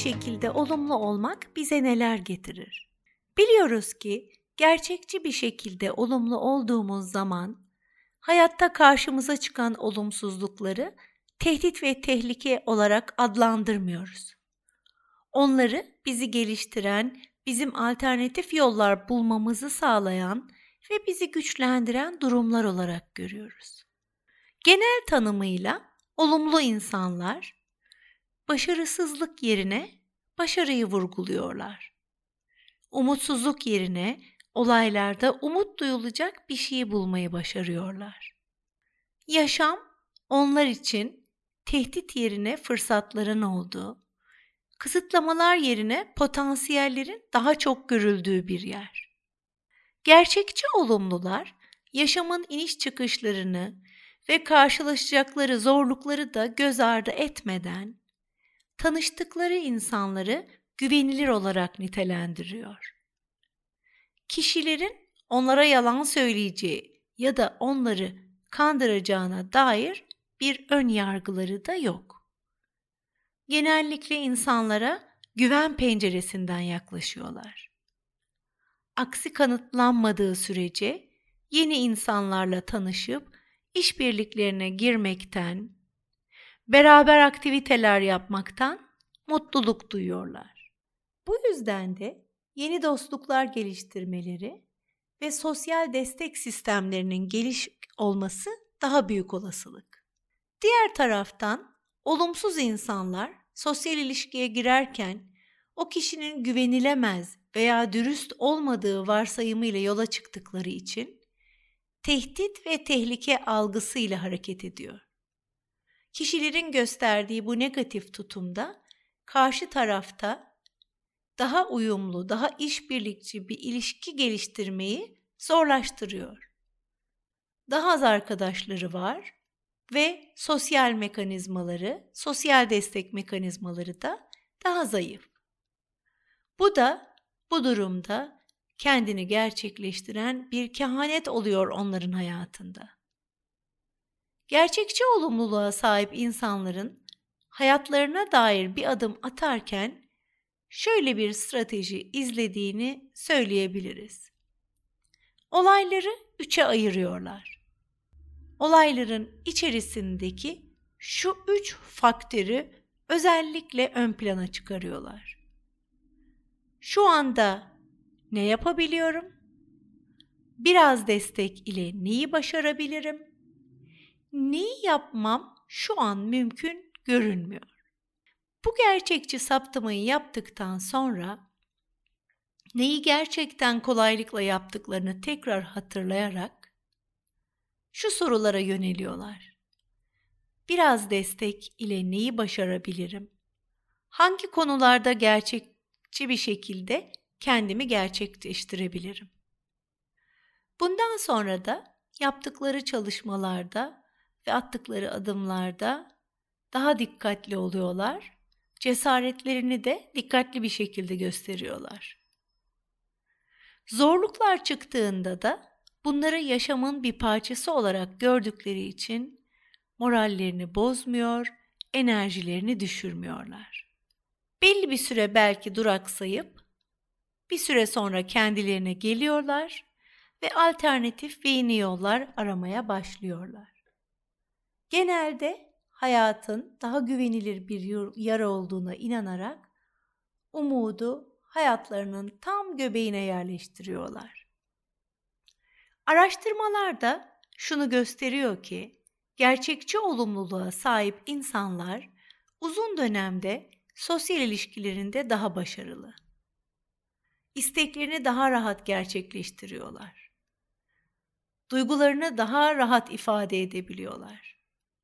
şekilde olumlu olmak bize neler getirir? Biliyoruz ki gerçekçi bir şekilde olumlu olduğumuz zaman hayatta karşımıza çıkan olumsuzlukları tehdit ve tehlike olarak adlandırmıyoruz. Onları bizi geliştiren, bizim alternatif yollar bulmamızı sağlayan ve bizi güçlendiren durumlar olarak görüyoruz. Genel tanımıyla olumlu insanlar başarısızlık yerine başarıyı vurguluyorlar. Umutsuzluk yerine olaylarda umut duyulacak bir şeyi bulmayı başarıyorlar. Yaşam onlar için tehdit yerine fırsatların olduğu, kısıtlamalar yerine potansiyellerin daha çok görüldüğü bir yer. Gerçekçi olumlular yaşamın iniş çıkışlarını ve karşılaşacakları zorlukları da göz ardı etmeden tanıştıkları insanları güvenilir olarak nitelendiriyor. Kişilerin onlara yalan söyleyeceği ya da onları kandıracağına dair bir ön yargıları da yok. Genellikle insanlara güven penceresinden yaklaşıyorlar. Aksi kanıtlanmadığı sürece yeni insanlarla tanışıp işbirliklerine girmekten, beraber aktiviteler yapmaktan mutluluk duyuyorlar. Bu yüzden de yeni dostluklar geliştirmeleri ve sosyal destek sistemlerinin geliş olması daha büyük olasılık. Diğer taraftan olumsuz insanlar sosyal ilişkiye girerken o kişinin güvenilemez veya dürüst olmadığı varsayımıyla yola çıktıkları için tehdit ve tehlike algısıyla hareket ediyor. Kişilerin gösterdiği bu negatif tutumda karşı tarafta daha uyumlu, daha işbirlikçi bir ilişki geliştirmeyi zorlaştırıyor. Daha az arkadaşları var ve sosyal mekanizmaları, sosyal destek mekanizmaları da daha zayıf. Bu durumda kendini gerçekleştiren bir kehanet oluyor onların hayatında. Gerçekçi olumluluğa sahip insanların hayatlarına dair bir adım atarken şöyle bir strateji izlediğini söyleyebiliriz. Olayları 3'e ayırıyorlar. Olayların içerisindeki şu 3 faktörü özellikle ön plana çıkarıyorlar. Şu anda ne yapabiliyorum? Biraz destek ile neyi başarabilirim? Neyi yapmam şu an mümkün görünmüyor. Bu gerçekçi saptamayı yaptıktan sonra neyi gerçekten kolaylıkla yaptıklarını tekrar hatırlayarak şu sorulara yöneliyorlar. Biraz destek ile neyi başarabilirim? Hangi konularda gerçekçi bir şekilde kendimi gerçekleştirebilirim? Bundan sonra da yaptıkları çalışmalarda ve attıkları adımlarda daha dikkatli oluyorlar. Cesaretlerini de dikkatli bir şekilde gösteriyorlar. Zorluklar çıktığında da bunları yaşamın bir parçası olarak gördükleri için morallerini bozmuyor, enerjilerini düşürmüyorlar. Belli bir süre belki duraksayıp bir süre sonra kendilerine geliyorlar ve alternatif ve yeni yollar aramaya başlıyorlar. Genelde hayatın daha güvenilir bir yer olduğuna inanarak umudu hayatlarının tam göbeğine yerleştiriyorlar. Araştırmalar da şunu gösteriyor ki gerçekçi olumluluğa sahip insanlar uzun dönemde sosyal ilişkilerinde daha başarılı. İsteklerini daha rahat gerçekleştiriyorlar. Duygularını daha rahat ifade edebiliyorlar.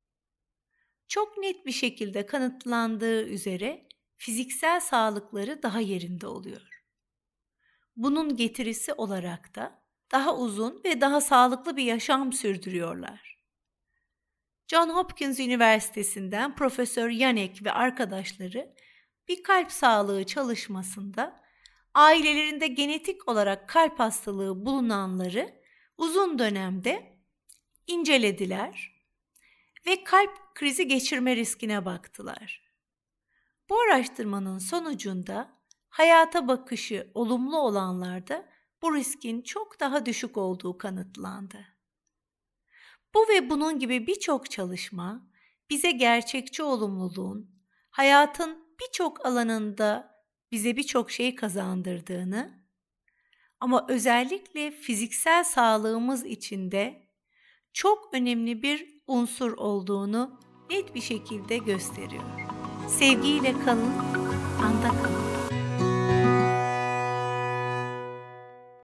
Çok net bir şekilde kanıtlandığı üzere fiziksel sağlıkları daha yerinde oluyor. Bunun getirisi olarak da daha uzun ve daha sağlıklı bir yaşam sürdürüyorlar. John Hopkins Üniversitesi'nden Profesör Janek ve arkadaşları bir kalp sağlığı çalışmasında ailelerinde genetik olarak kalp hastalığı bulunanları uzun dönemde incelediler ve kalp krizi geçirme riskine baktılar. Bu araştırmanın sonucunda hayata bakışı olumlu olanlarda bu riskin çok daha düşük olduğu kanıtlandı. Bu ve bunun gibi birçok çalışma bize gerçekçi olumluluğun hayatın birçok alanında bize birçok şey kazandırdığını ama özellikle fiziksel sağlığımız için de çok önemli bir unsur olduğunu net bir şekilde gösteriyor. Sevgiyle kalın, anda kalın.